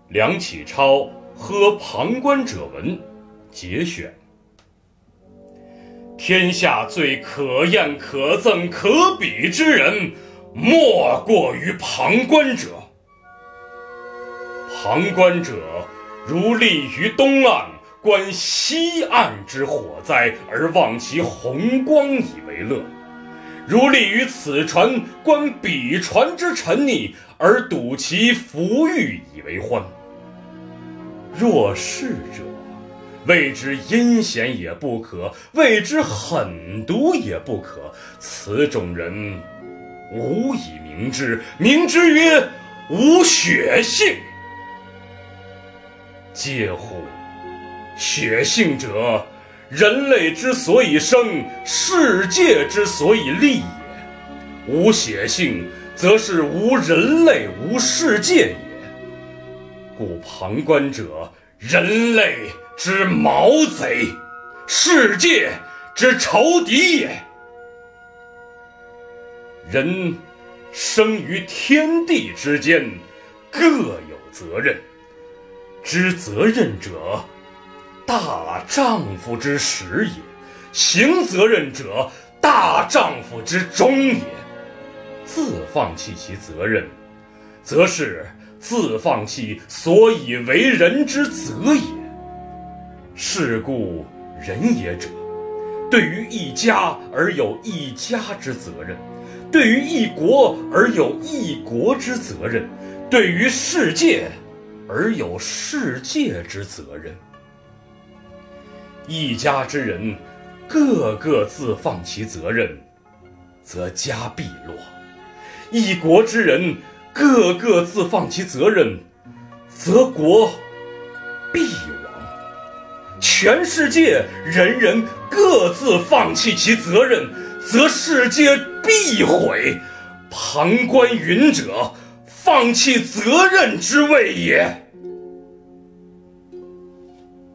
梁启超《喝旁观者文》节选。天下最可厌可憎可比之人，莫过于旁观者。旁观者如立于东岸，观西岸之火灾，而望其红光以为乐；如立于此船，观彼船之沉溺，而睹其浮郁以为欢。若是者，谓之阴险也不可，谓之狠毒也不可。此种人，吾以明之，名之曰无血性。嗟乎！血性者，人类之所以生，世界之所以立也。无血性，则是无人类，无世界也。故旁观者，人类之毛贼，世界之仇敌也。人生于天地之间，各有责任。知责任者，大丈夫之始也；行责任者，大丈夫之终也。自放弃其责任，则是自放弃所以为人之责也。是故人也者，对于一家而有一家之责任，对于一国而有一国之责任，对于世界而有世界之责任。一家之人个个自放其责任，则家必落；一国之人个个自放其责任，则国必亡；全世界人人各自放弃其责任，则世界必毁。旁观云者，放弃责任之谓也。